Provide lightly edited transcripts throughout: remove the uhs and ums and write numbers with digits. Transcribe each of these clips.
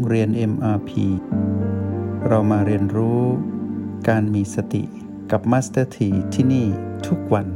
เรียน MRP เรามาเรียนรู้การมีสติกับ Master T ที่นี่ทุกวัน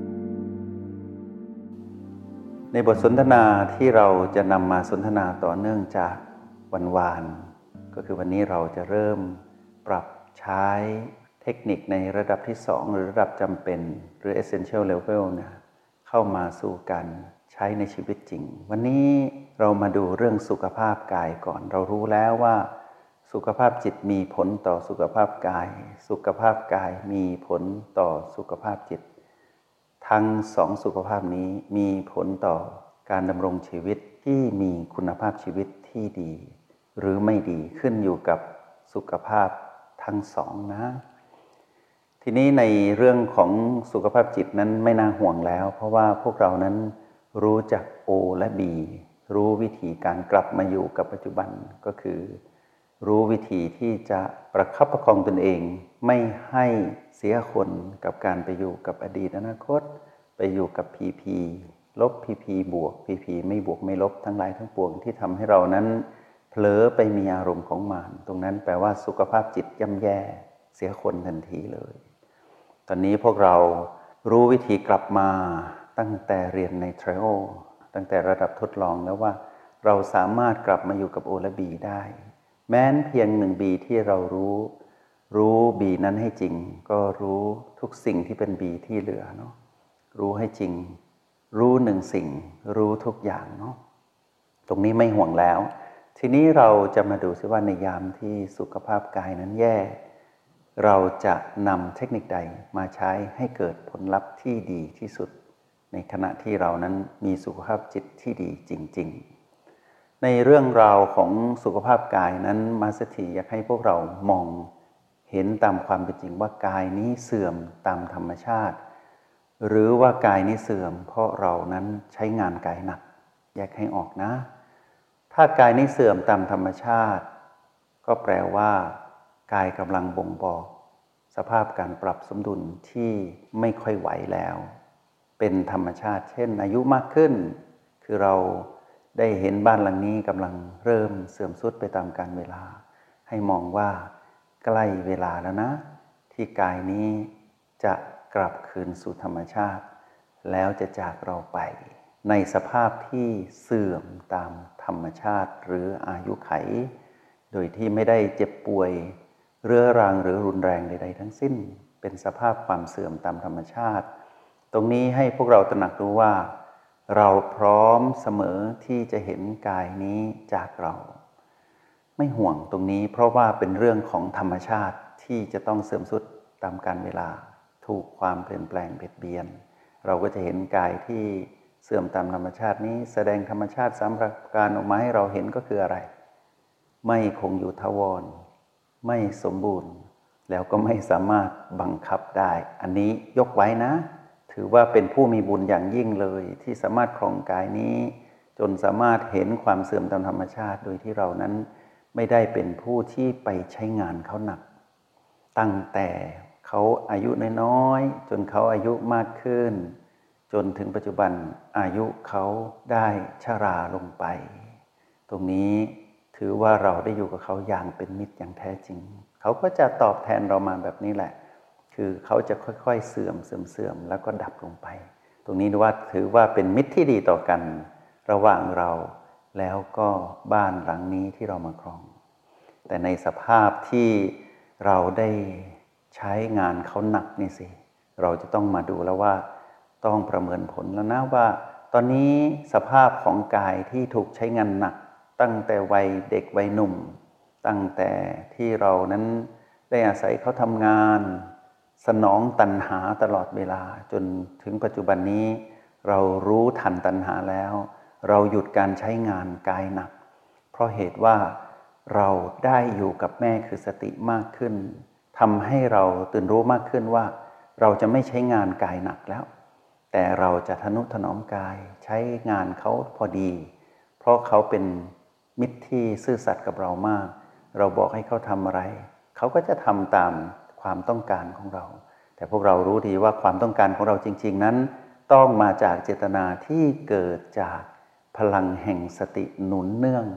ในบทสนทนาที่เราจะนำมาสนทนาต่อเนื่องจากวันวานก็คือวันนี้เราจะเริ่มปรับใช้เทคนิคในระดับที่2หรือระดับจำเป็นหรือ Essential Level นะเข้ามาสู่การใช้ในชีวิตจริงวันนี้เรามาดูเรื่องสุขภาพกายก่อนเรารู้แล้วว่าสุขภาพจิตมีผลต่อสุขภาพกายสุขภาพกายมีผลต่อสุขภาพจิตทั้งสองสุขภาพนี้มีผลต่อการดำรงชีวิตที่มีคุณภาพชีวิตที่ดีหรือไม่ดีขึ้นอยู่กับสุขภาพทั้งสองนะทีนี้ในเรื่องของสุขภาพจิตนั้นไม่น่าห่วงแล้วเพราะว่าพวกเรานั้นรู้จัก O และ B รู้วิธีการกลับมาอยู่กับปัจจุบันก็คือรู้วิธีที่จะประคับประคองตนเองไม่ให้เสียคนกับการไปอยู่กับอดีตอนาคตไปอยู่กับ PP ลบ PP บวก PP ไม่บวกไม่ลบทั้งหลายทั้งปวงที่ทำให้เรานั้นเผลอไปมีอารมณ์ของมารตรงนั้นแปลว่าสุขภาพจิตย่ำแย่เสียคนทันทีเลยตอนนี้พวกเรารู้วิธีกลับมาตั้งแต่เรียนใน Trial ตั้งแต่ระดับทดลองแล้วว่าเราสามารถกลับมาอยู่กับ O และ B ได้แม้นเพียง1 B ที่เรารู้ B นั้นให้จริงก็รู้ทุกสิ่งที่เป็น B ที่เหลือเนาะรู้ให้จริงรู้1 สิ่งรู้ทุกอย่างเนาะตรงนี้ไม่ห่วงแล้วทีนี้เราจะมาดูซิว่าในยามที่สุขภาพกายนั้นแย่เราจะนำเทคนิคใดมาใช้ให้เกิดผลลัพธ์ที่ดีที่สุดในขณะที่เรานั้นมีสุขภาพจิตที่ดีจริงๆในเรื่องราวของสุขภาพกายนั้นมาสถีอยากให้พวกเรามองเห็นตามความเป็นจริงว่ากายนี้เสื่อมตามธรรมชาติหรือว่ากายนี้เสื่อมเพราะเรานั้นใช้งานกายหนักแยกให้ออกนะถ้ากายนี้เสื่อมตามธรรมชาติก็แปลว่ากายกำลังบ่งบอกสภาพการปรับสมดุลที่ไม่ค่อยไหวแล้วเป็นธรรมชาติเช่นอายุมากขึ้นคือเราได้เห็นบ้านหลังนี้กำลังเริ่มเสื่อมทรุดไปตามกาลเวลาให้มองว่าใกล้เวลาแล้วนะที่กายนี้จะกลับคืนสู่ธรรมชาติแล้วจะจากเราไปในสภาพที่เสื่อมตามธรรมชาติหรืออายุไขโดยที่ไม่ได้เจ็บป่วยเรื้อรังหรือรุนแรงใดๆทั้งสิ้นเป็นสภาพความเสื่อมตามธรรมชาติตรงนี้ให้พวกเราตระหนักรู้ว่าเราพร้อมเสมอที่จะเห็นกายนี้จากเราไม่ห่วงตรงนี้เพราะว่าเป็นเรื่องของธรรมชาติที่จะต้องเสื่อมทรุดตามกาลเวลาถูกความเปลี่ยนแปลงเบียดเบียนเราก็จะเห็นกายที่เสื่อมตามธรรมชาตินี้แสดงธรรมชาติ3 ประการออกมาให้เราเห็นก็คืออะไรไม่คงอยู่ถาวรไม่สมบูรณ์แล้วก็ไม่สามารถบังคับได้อันนี้ยกไว้นะถือว่าเป็นผู้มีบุญอย่างยิ่งเลยที่สามารถครองกายนี้จนสามารถเห็นความเสื่อมตามธรรมชาติโดยที่เรานั้นไม่ได้เป็นผู้ที่ไปใช้งานเขาหนักตั้งแต่เขาอายุน้อยๆจนเขาอายุมากขึ้นจนถึงปัจจุบันอายุเขาได้ชราลงไปตรงนี้ถือว่าเราได้อยู่กับเขาอย่างเป็นมิตรอย่างแท้จริงเขาก็จะตอบแทนเรามาแบบนี้แหละคือเขาจะค่อยๆเสื่อมแล้วก็ดับลงไปตรงนี้ว่าถือว่าเป็นมิตรที่ดีต่อกันระหว่างเราแล้วก็บ้านหลังนี้ที่เรามาครองแต่ในสภาพที่เราได้ใช้งานเขาหนักนี่สิเราจะต้องมาดูแล้วว่าต้องประเมินผลแล้วนะว่าตอนนี้สภาพของกายที่ถูกใช้งานหนักตั้งแต่วัยเด็กวัยหนุ่มตั้งแต่ที่เรานั้นได้อาศัยเขาทำงานสนองตัณหาตลอดเวลาจนถึงปัจจุบันนี้เรารู้ทันตัณหาแล้วเราหยุดการใช้งานกายหนักเพราะเหตุว่าเราได้อยู่กับแม่คือสติมากขึ้นทำให้เราตื่นรู้มากขึ้นว่าเราจะไม่ใช้งานกายหนักแล้วแต่เราจะทนุถนอมกายใช้งานเขาพอดีเพราะเขาเป็นมิตรที่ซื่อสัตย์กับเรามากเราบอกให้เขาทำอะไรเขาก็จะทำตามความต้องการของเราแต่พวกเรารู้ดีว่าความต้องการของเราจริงๆนั้นต้องมาจากเจตนาที่เกิดจากพลังแห่งสติหนุนเนื่อง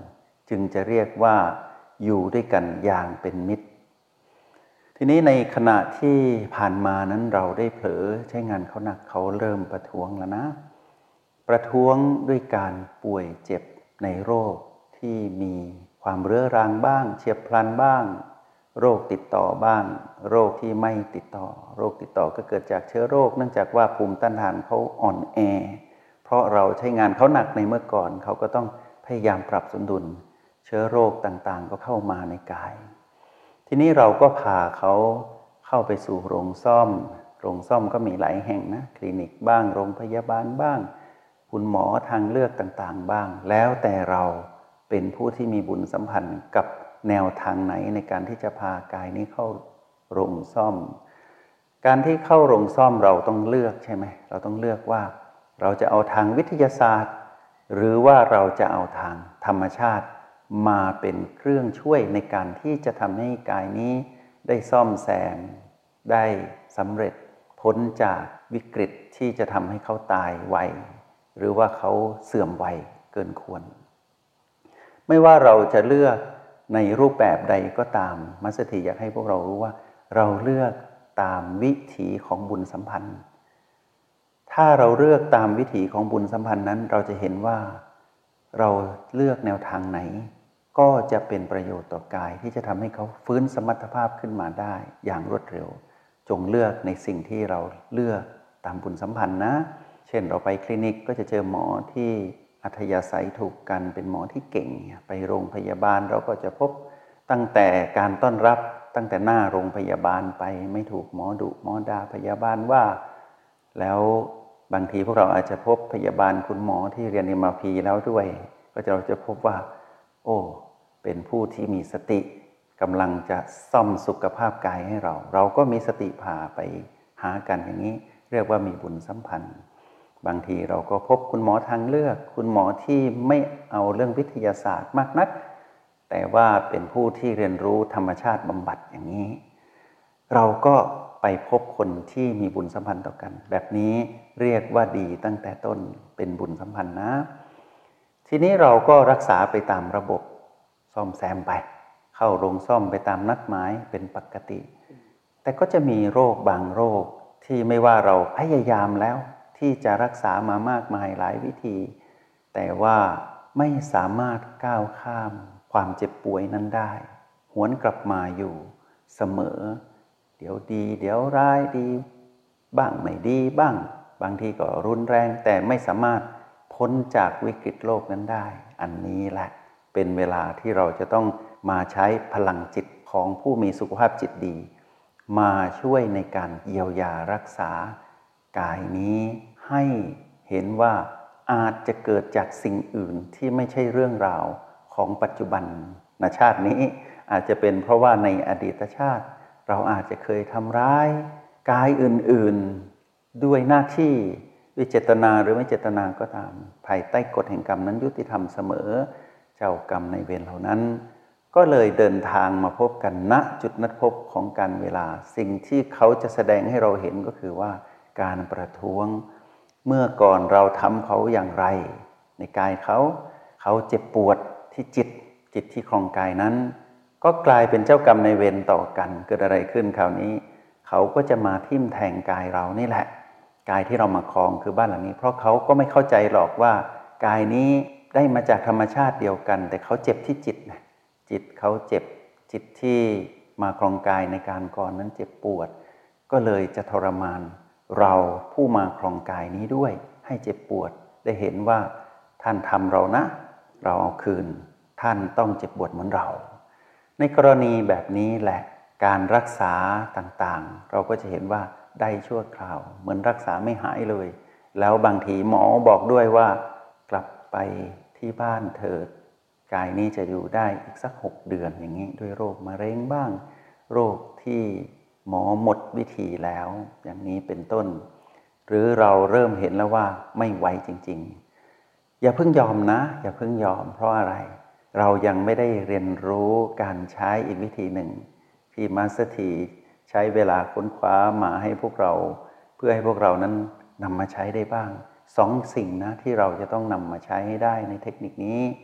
จึงจะเรียกว่าอยู่ด้วยกันอย่างเป็นมิตรทีนี้ในขณะที่ผ่านมานั้นเราได้เผลอใช้งานเขาหนักเขาเริ่มประท้วงแล้วนะประท้วงด้วยการป่วยเจ็บในโรคที่มีความเรื้อรังบ้างเฉียบพลันบ้างโรคติดต่อบ้างโรคที่ไม่ติดต่อโรคติดต่อก็เกิดจากเชื้อโรคเนื่องจากว่าภูมิต้านทานเขาอ่อนแอเพราะเราใช้งานเขาหนักในเมื่อก่อนเขาก็ต้องพยายามปรับสมดุลเชื้อโรคต่างๆก็เข้ามาในกายทีนี้เราก็พาเขาเข้าไปสู่โรงซ่อมก็มีหลายแห่งนะคลินิกบ้างโรงพยาบาลบ้างคุณหมอทางเลือกต่างๆบ้างแล้วแต่เราเป็นผู้ที่มีบุญสัมพันธ์กับแนวทางไหนในการที่จะพากายนี้เข้าโรงซ่อมการที่เข้าโรงซ่อมเราต้องเลือกใช่ไหมเราต้องเลือกว่าเราจะเอาทางวิทยาศาสตร์หรือว่าเราจะเอาทางธรรมชาติมาเป็นเครื่องช่วยในการที่จะทำให้กายนี้ได้ซ่อมแซมได้สำเร็จพ้นจากวิกฤตที่จะทำให้เขาตายไวหรือว่าเขาเสื่อมไวเกินควรไม่ว่าเราจะเลือกในรูปแบบใดก็ตามมัสถีอยากให้พวกเรารู้ว่าเราเลือกตามวิถีของบุญสัมพันธ์ถ้าเราเลือกตามวิถีของบุญสัมพันธ์นั้นเราจะเห็นว่าเราเลือกแนวทางไหนก็จะเป็นประโยชน์ต่อกายที่จะทำให้เขาฟื้นสมรรถภาพขึ้นมาได้อย่างรวดเร็วจงเลือกในสิ่งที่เราเลือกตามบุญสัมพันธ์นะเช่นเราไปคลินิกก็จะเจอหมอที่อัธยาศัยถูกกันเป็นหมอที่เก่งไปโรงพยาบาลเราก็จะพบตั้งแต่การต้อนรับตั้งแต่หน้าโรงพยาบาลไปไม่ถูกหมอดุหมอด่าพยาบาลว่าแล้วบางทีพวกเราอาจจะพบพยาบาลคุณหมอที่เรียน MRP แล้วด้วยก็เราจะพบว่าโอ้เป็นผู้ที่มีสติกำลังจะซ่อมสุขภาพกายให้เราก็มีสติพาไปหากันอย่างนี้เรียกว่ามีบุญสัมพันธ์บางทีเราก็พบคุณหมอทางเลือกคุณหมอที่ไม่เอาเรื่องวิทยาศาสตร์มากนักแต่ว่าเป็นผู้ที่เรียนรู้ธรรมชาติบำบัดอย่างนี้เราก็ไปพบคนที่มีบุญสัมพันธ์ต่อกันแบบนี้เรียกว่าดีตั้งแต่ต้นเป็นบุญสัมพันธ์นะทีนี้เราก็รักษาไปตามระบบซ่อมแซมไปเข้าโรงซ่อมไปตามนัดหมายเป็นปกติแต่ก็จะมีโรคบางโรคที่ไม่ว่าเราพยายามแล้วที่จะรักษามามากมายหลายวิธีแต่ว่าไม่สามารถก้าวข้ามความเจ็บป่วยนั้นได้หวนกลับมาอยู่เสมอเดี๋ยวดีเดี๋ยวร้ายดีบ้างไม่ดีบ้างบางทีก็รุนแรงแต่ไม่สามารถพ้นจากวิกฤตโลกนั้นได้อันนี้แหละเป็นเวลาที่เราจะต้องมาใช้พลังจิตของผู้มีสุขภาพจิตดีมาช่วยในการเยียวยารักษากายนี้ให้เห็นว่าอาจจะเกิดจากสิ่งอื่นที่ไม่ใช่เรื่องราวของปัจจุบันชาตินี้อาจจะเป็นเพราะว่าในอดีตชาติเราอาจจะเคยทำร้ายกายอื่นๆด้วยหน้าที่ด้วยเจตนาหรือไม่เจตนาก็ตามภายใต้กฎแห่งกรรมนั้นยุติธรรมเสมอเจ้ากรรมในเวรเหล่านั้นก็เลยเดินทางมาพบกันณจุดนัดพบของการเวลาสิ่งที่เขาจะแสดงให้เราเห็นก็คือว่าการประท้วงเมื่อก่อนเราทำเขาอย่างไรในกายเขาเจ็บปวดที่จิตที่ครองกายนั้นก็กลายเป็นเจ้ากรรมในเวรต่อกันเกิดอะไรขึ้นคราวนี้เขาก็จะมาทิ่มแทงกายเรานี่แหละกายที่เรามาครองคือบ้านหลังนี้เพราะเขาก็ไม่เข้าใจหรอกว่ากายนี้ได้มาจากธรรมชาติเดียวกันแต่เขาเจ็บที่จิตนะจิตเขาเจ็บจิตที่มาครองกายในการก่อนนั้นเจ็บปวดก็เลยจะทรมานเราผู้มาครองกายนี้ด้วยให้เจ็บปวดได้เห็นว่าท่านทำเรานะเราเอาคืนท่านต้องเจ็บปวดเหมือนเราในกรณีแบบนี้แหละการรักษาต่างๆเราก็จะเห็นว่าได้ชั่วคราวเหมือนรักษาไม่หายเลยแล้วบางทีหมอบอกด้วยว่ากลับไปที่บ้านเถิดกายนี้จะอยู่ได้อีกสัก6 เดือนอย่างนี้ด้วยโรคมะเร็งบ้างโรคที่หมอหมดวิธีแล้วอย่างนี้เป็นต้นหรือเราเริ่มเห็นแล้วว่าไม่ไหวจริงๆอย่าเพิ่งยอมนะอย่าเพิ่งยอมเพราะอะไรเรายังไม่ได้เรียนรู้การใช้อีกวิธีหนึ่งที่มาสเตอร์ทีใช้เวลาค้นคว้ามาให้พวกเราเพื่อให้พวกเรานั้นนำมาใช้ได้บ้าง2 สิ่งนะที่เราจะต้องนำมาใช้ให้ได้ในเทคนิคนี้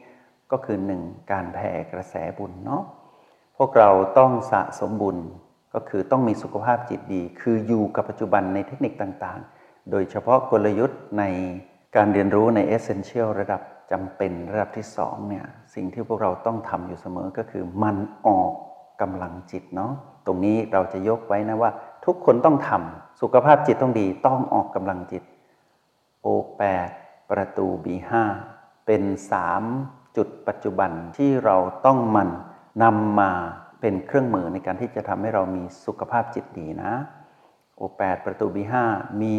ก็คือ1การแผ่กระแสบุญเนาะพวกเราต้องสะสมบุญก็คือต้องมีสุขภาพจิตดีคืออยู่กับปัจจุบันในเทคนิคต่างๆโดยเฉพาะกลยุทธ์ในการเรียนรู้ใน Essential ระดับจำเป็นระดับที่2เนี่ยสิ่งที่พวกเราต้องทำอยู่เสมอก็คือมันออกกำลังจิตเนาะตรงนี้เราจะยกไว้นะว่าทุกคนต้องทำสุขภาพจิตต้องดีต้องออกกำลังจิต O8 ประตู B5 เป็น3จุดปัจจุบันที่เราต้องมันนำมาเป็นเครื่องมือในการที่จะทำให้เรามีสุขภาพจิตดีนะ O8 ประตู B5 มี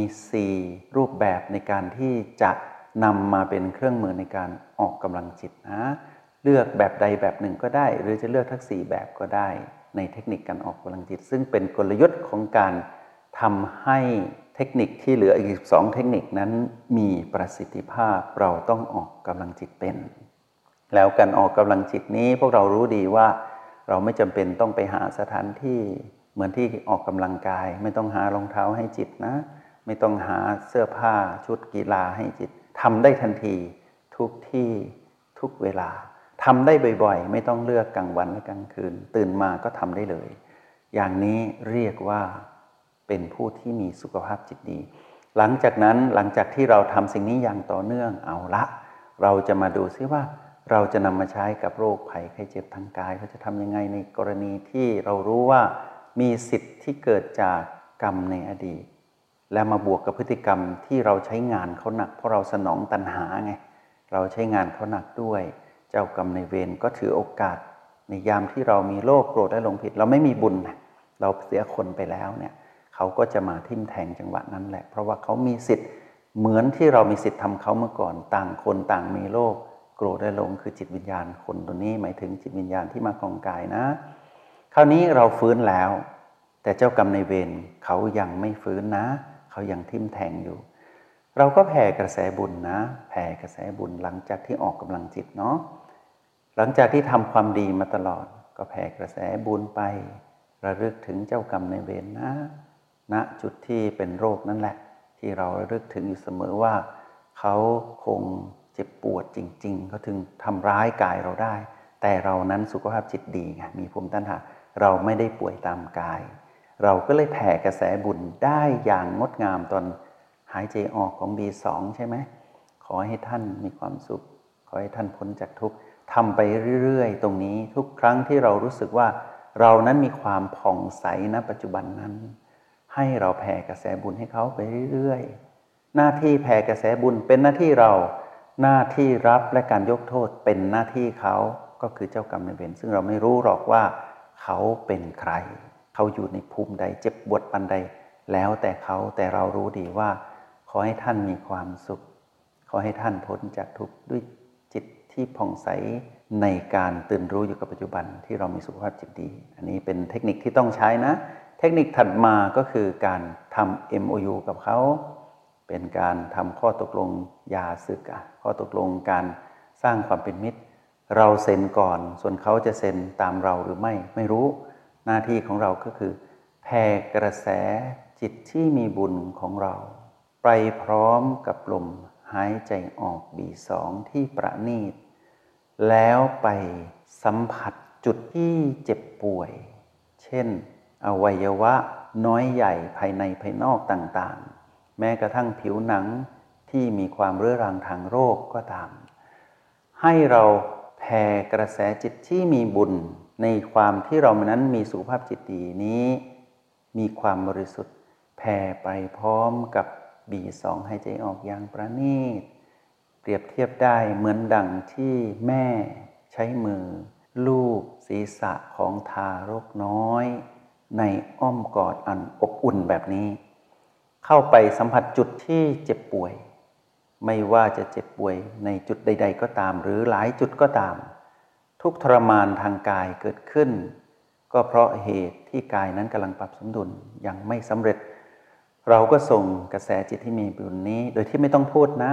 4รูปแบบในการที่จะนำมาเป็นเครื่องมือในการออกกำลังจิตนะเลือกแบบใดแบบหนึ่งก็ได้หรือจะเลือกทั้ง4แบบก็ได้ในเทคนิคการออกกำลังจิตซึ่งเป็นกลยุทธ์ของการทำให้เทคนิคที่เหลืออีก12เทคนิคนั้นมีประสิทธิภาพเราต้องออกกำลังจิตเป็นแล้วการออกกำลังจิตนี้พวกเรารู้ดีว่าเราไม่จำเป็นต้องไปหาสถานที่เหมือนที่ออกกำลังกายไม่ต้องหารองเท้าให้จิตนะไม่ต้องหาเสื้อผ้าชุดกีฬาให้จิตทำได้ทันทีทุกที่ทุกเวลาทำได้บ่อยๆไม่ต้องเลือกกลางวันและกลางคืนตื่นมาก็ทำได้เลยอย่างนี้เรียกว่าเป็นผู้ที่มีสุขภาพจิตดีหลังจากนั้นหลังจากที่เราทำสิ่งนี้อย่างต่อเนื่องเอาละเราจะมาดูซิว่าเราจะนำมาใช้กับโรคภัยไข้เจ็บทางกายเราจะทำยังไงในกรณีที่เรารู้ว่ามีสิทธิ์ที่เกิดจากกรรมในอดีตและมาบวกกับพฤติกรรมที่เราใช้งานเขาหนักเพราะเราสนองตัณหาไงเราใช้งานเขาหนักด้วยเจ้ากรรมในเวรก็ถือโอกาสในยามที่เรามีโลภโกรธและหลงผิดเราไม่มีบุญเราเสียคนไปแล้วเนี่ยเขาก็จะมาทิ่มแทงจังหวะนั้นแหละเพราะว่าเขามีสิทธิ์เหมือนที่เรามีสิทธิ์ทำเขาเมื่อก่อนต่างคนต่างมีโลภโกรธและหลงคือจิตวิญญาณคนตัวนี้หมายถึงจิตวิญญาณที่มาครองกายนะคราวนี้เราฟื้นแล้วแต่เจ้ากรรมในเวรเขายังไม่ฟื้นนะเขายังทิ่มแทงอยู่เราก็แผ่กระแสบุญนะแผ่กระแสบุญหลังจากที่ออกกำลังจิตเนาะหลังจากที่ทำความดีมาตลอดก็แผ่กระแสบุญไประลึกถึงเจ้ากรรมในเวรนะณจุดที่เป็นโรคนั่นแหละที่เราระลึกถึงอยู่เสมอว่าเขาคงเจ็บปวดจริงๆเขาถึงทำร้ายกายเราได้แต่เรานั้นสุขภาพจิตดีไงมีภูมิต้านทานเราไม่ได้ป่วยตามกายเราก็เลยแผ่กระแสบุญได้อย่างงดงามตอนหายใจออกของ B2 ใช่ไหมขอให้ท่านมีความสุขขอให้ท่านพ้นจากทุกข์ทำไปเรื่อยๆตรงนี้ทุกครั้งที่เรารู้สึกว่าเรานั้นมีความผ่องใสณปัจจุบันนั้นให้เราแผ่กระแสบุญให้เขาไปเรื่อยๆหน้าที่แผ่กระแสบุญเป็นหน้าที่เราหน้าที่รับและการยกโทษเป็นหน้าที่เขาก็คือเจ้ากรรมนายเวรซึ่งเราไม่รู้หรอกว่าเขาเป็นใครเขาอยู่ในภูมิใดเจ็บปวดปานใดแล้วแต่เขาแต่เรารู้ดีว่าขอให้ท่านมีความสุขขอให้ท่านพ้นจากทุกข์ด้วยจิตที่ผ่องใสในการตื่นรู้อยู่กับปัจจุบันที่เรามีสุขภาพจิตดีอันนี้เป็นเทคนิคที่ต้องใช้นะเทคนิคถัดมาก็คือการทำ MOU กับเขาเป็นการทำข้อตกลงหย่าศึกข้อตกลงการสร้างความเป็นมิตรเราเซ็นก่อนส่วนเขาจะเซ็นตามเราหรือไม่รู้หน้าที่ของเราก็คือแผ่กระแสจิตที่มีบุญของเราไปพร้อมกับลมหายใจออก B2 ที่ประณีตแล้วไปสัมผัสจุดที่เจ็บป่วยเช่นอวัยวะน้อยใหญ่ภายในภายนอกต่างๆแม้กระทั่งผิวหนังที่มีความเรื้อรังทางโรคก็ตามให้เราแผ่กระแสจิตที่มีบุญในความที่เรานั้นมีสุขภาพจิตดีนี้มีความบริสุทธิ์แผ่ไปพร้อมกับ B2 หายใจออกอย่างประณีตเปรียบเทียบได้เหมือนดั่งที่แม่ใช้มือลูบศีรษะของทารกน้อยในอ้อมกอดอันอบอุ่นแบบนี้เข้าไปสัมผัสจุดที่เจ็บป่วยไม่ว่าจะเจ็บป่วยในจุดใดๆก็ตามหรือหลายจุดก็ตามทุกทรมานทางกายเกิดขึ้นก็เพราะเหตุที่กายนั้นกำลังปรับสมดุลยังไม่สำเร็จเราก็ส่งกระแสจิตที่มีบุญนี้โดยที่ไม่ต้องพูดนะ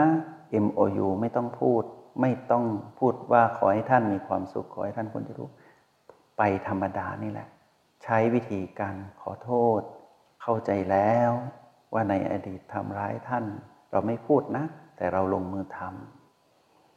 MOU ไม่ต้องพูดไม่ต้องพูดว่าขอให้ท่านมีความสุขขอให้ท่านพ้นจากทุกข์ไปธรรมดานี่แหละใช้วิธีการขอโทษเข้าใจแล้วว่าในอดีตทำร้ายท่านเราไม่พูดนะแต่เราลงมือท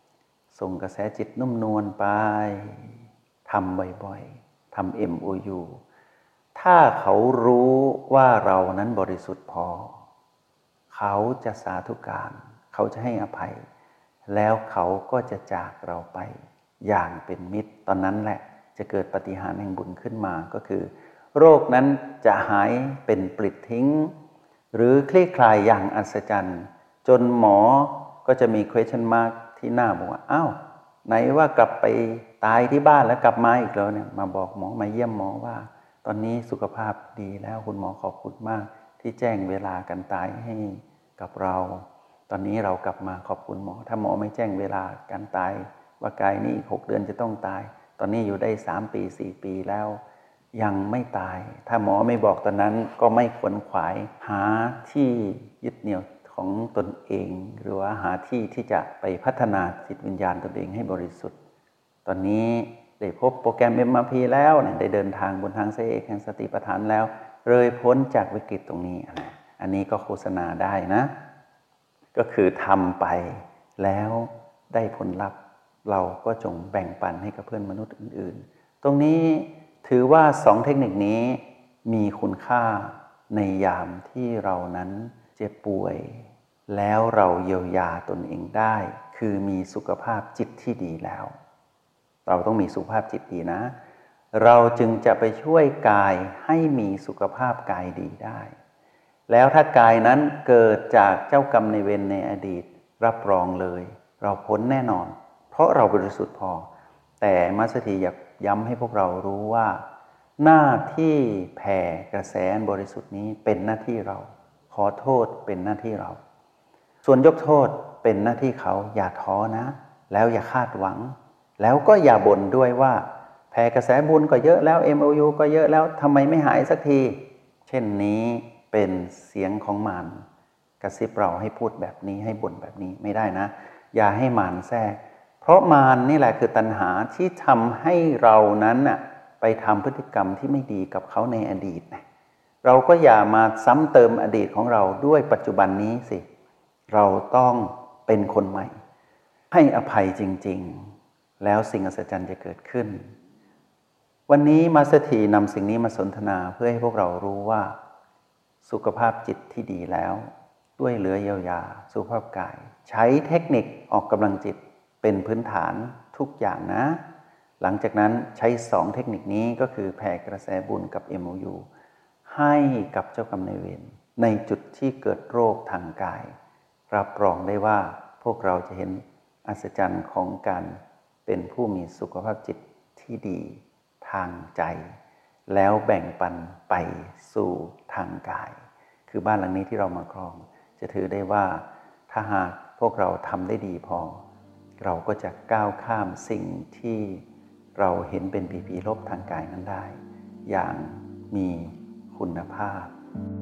ส่งกระแสจิตนุ่มนวลไปทำบ่อยๆทำ MOU ถ้าเขารู้ว่าเรานั้นบริสุทธิ์พอเขาจะสาธุการเขาจะให้อภัยแล้วเขาก็จะจากเราไปอย่างเป็นมิตรตอนนั้นแหละจะเกิดปาฏิหาริย์แห่งบุญขึ้นมาก็คือโรคนั้นจะหายเป็นปลิดทิ้งหรือคลี่คลายอย่างอัศจรรย์จนหมอก็จะมี question mark ที่หน้าบอกว่าอ้าวไหนว่ากลับไปตายที่บ้านแล้วกลับมาอีกแล้วเนี่ยมาบอกหมอมาเยี่ยมหมอว่าตอนนี้สุขภาพดีแล้วคุณหมอขอบคุณมากที่แจ้งเวลาการตายให้กับเราตอนนี้เรากลับมาขอบคุณหมอถ้าหมอไม่แจ้งเวลาการตายว่ากายนี้อีก6 เดือนจะต้องตายตอนนี้อยู่ได้3 ปี4 ปีแล้วยังไม่ตายถ้าหมอไม่บอกตอนนั้นก็ไม่ขวนขวายหาที่ยึดเหนี่ยวของตนเองหรือว่าหาที่ที่จะไปพัฒนาจิตวิญญาณตนเองให้บริสุทธิ์ตอนนี้ได้พบโปรแกรม MRP แล้วได้เดินทางบนทางสายเอกแห่งสติปัฏฐานแล้วเลยพ้นจากวิกฤตตรงนี้อันนี้ก็โฆษณาได้นะก็คือทำไปแล้วได้ผลลัพธ์เราก็จงแบ่งปันให้กับเพื่อนมนุษย์อื่นๆตรงนี้ถือว่า2 เทคนิคนี้มีคุณค่าในยามที่เรานั้นเจ็บป่วยแล้วเราเยียวยาตนเองได้คือมีสุขภาพจิตที่ดีแล้วเราต้องมีสุขภาพจิตดีนะเราจึงจะไปช่วยกายให้มีสุขภาพกายดีได้แล้วถ้ากายนั้นเกิดจากเจ้ากรรมนายเวรในอดีตรับรองเลยเราพ้นแน่นอนเพราะเราบริสุทธิ์พอแต่มัสถีอยากย้ำให้พวกเรารู้ว่าหน้าที่แผ่กระแสบริสุทธิ์นี้เป็นหน้าที่เราขอโทษเป็นหน้าที่เราส่วนยกโทษเป็นหน้าที่เขาอย่าท้อนะแล้วอย่าคาดหวังแล้วก็อย่าบ่นด้วยว่าแผ่กระแสบุญก็เยอะแล้ว MOU ก็เยอะแล้วทำไมไม่หายสักทีเช่นนี้เป็นเสียงของมารกระซิบเราให้พูดแบบนี้ให้บ่นแบบนี้ไม่ได้นะอย่าให้มารแทรกเพราะมารนี่แหละคือตัณหาที่ทำให้เรานั้นน่ะไปทำพฤติกรรมที่ไม่ดีกับเขาในอดีตนะเราก็อย่ามาซ้ำเติมอดีตของเราด้วยปัจจุบันนี้สิเราต้องเป็นคนใหม่ให้อภัยจริงๆแล้วสิ่งอัศจรรย์จะเกิดขึ้นวันนี้มาสถีนำสิ่งนี้มาสนทนาเพื่อให้พวกเรารู้ว่าสุขภาพจิตที่ดีแล้วด้วยเหลือเยียวยาสุขภาพกายใช้เทคนิคออกกำลังจิตเป็นพื้นฐานทุกอย่างนะหลังจากนั้นใช้2 เทคนิคนี้ก็คือแผ่กระแสบุญกับ MOU ให้กับเจ้ากรรมนายเวรในจุดที่เกิดโรคทางกายรับรองได้ว่าพวกเราจะเห็นอัศจรรย์ของการเป็นผู้มีสุขภาพจิตที่ดีทางใจแล้วแบ่งปันไปสู่ทางกายคือบ้านหลังนี้ที่เรามาครองจะถือได้ว่าถ้าหากพวกเราทำได้ดีพอเราก็จะก้าวข้ามสิ่งที่เราเห็นเป็นผีลบทางกายนั้นได้อย่างมีคุณภาพ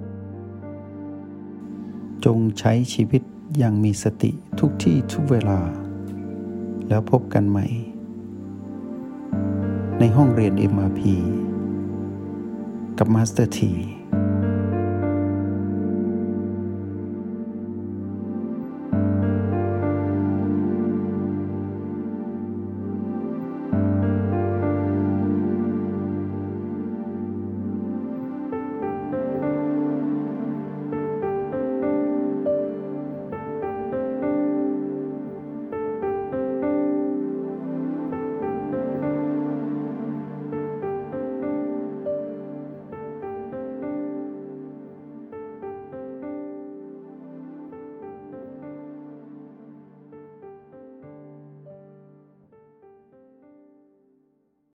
จงใช้ชีวิตอย่างมีสติทุกที่ทุกเวลาแล้วพบกันใหม่ในห้องเรียน MRP กับมาสเตอร์ที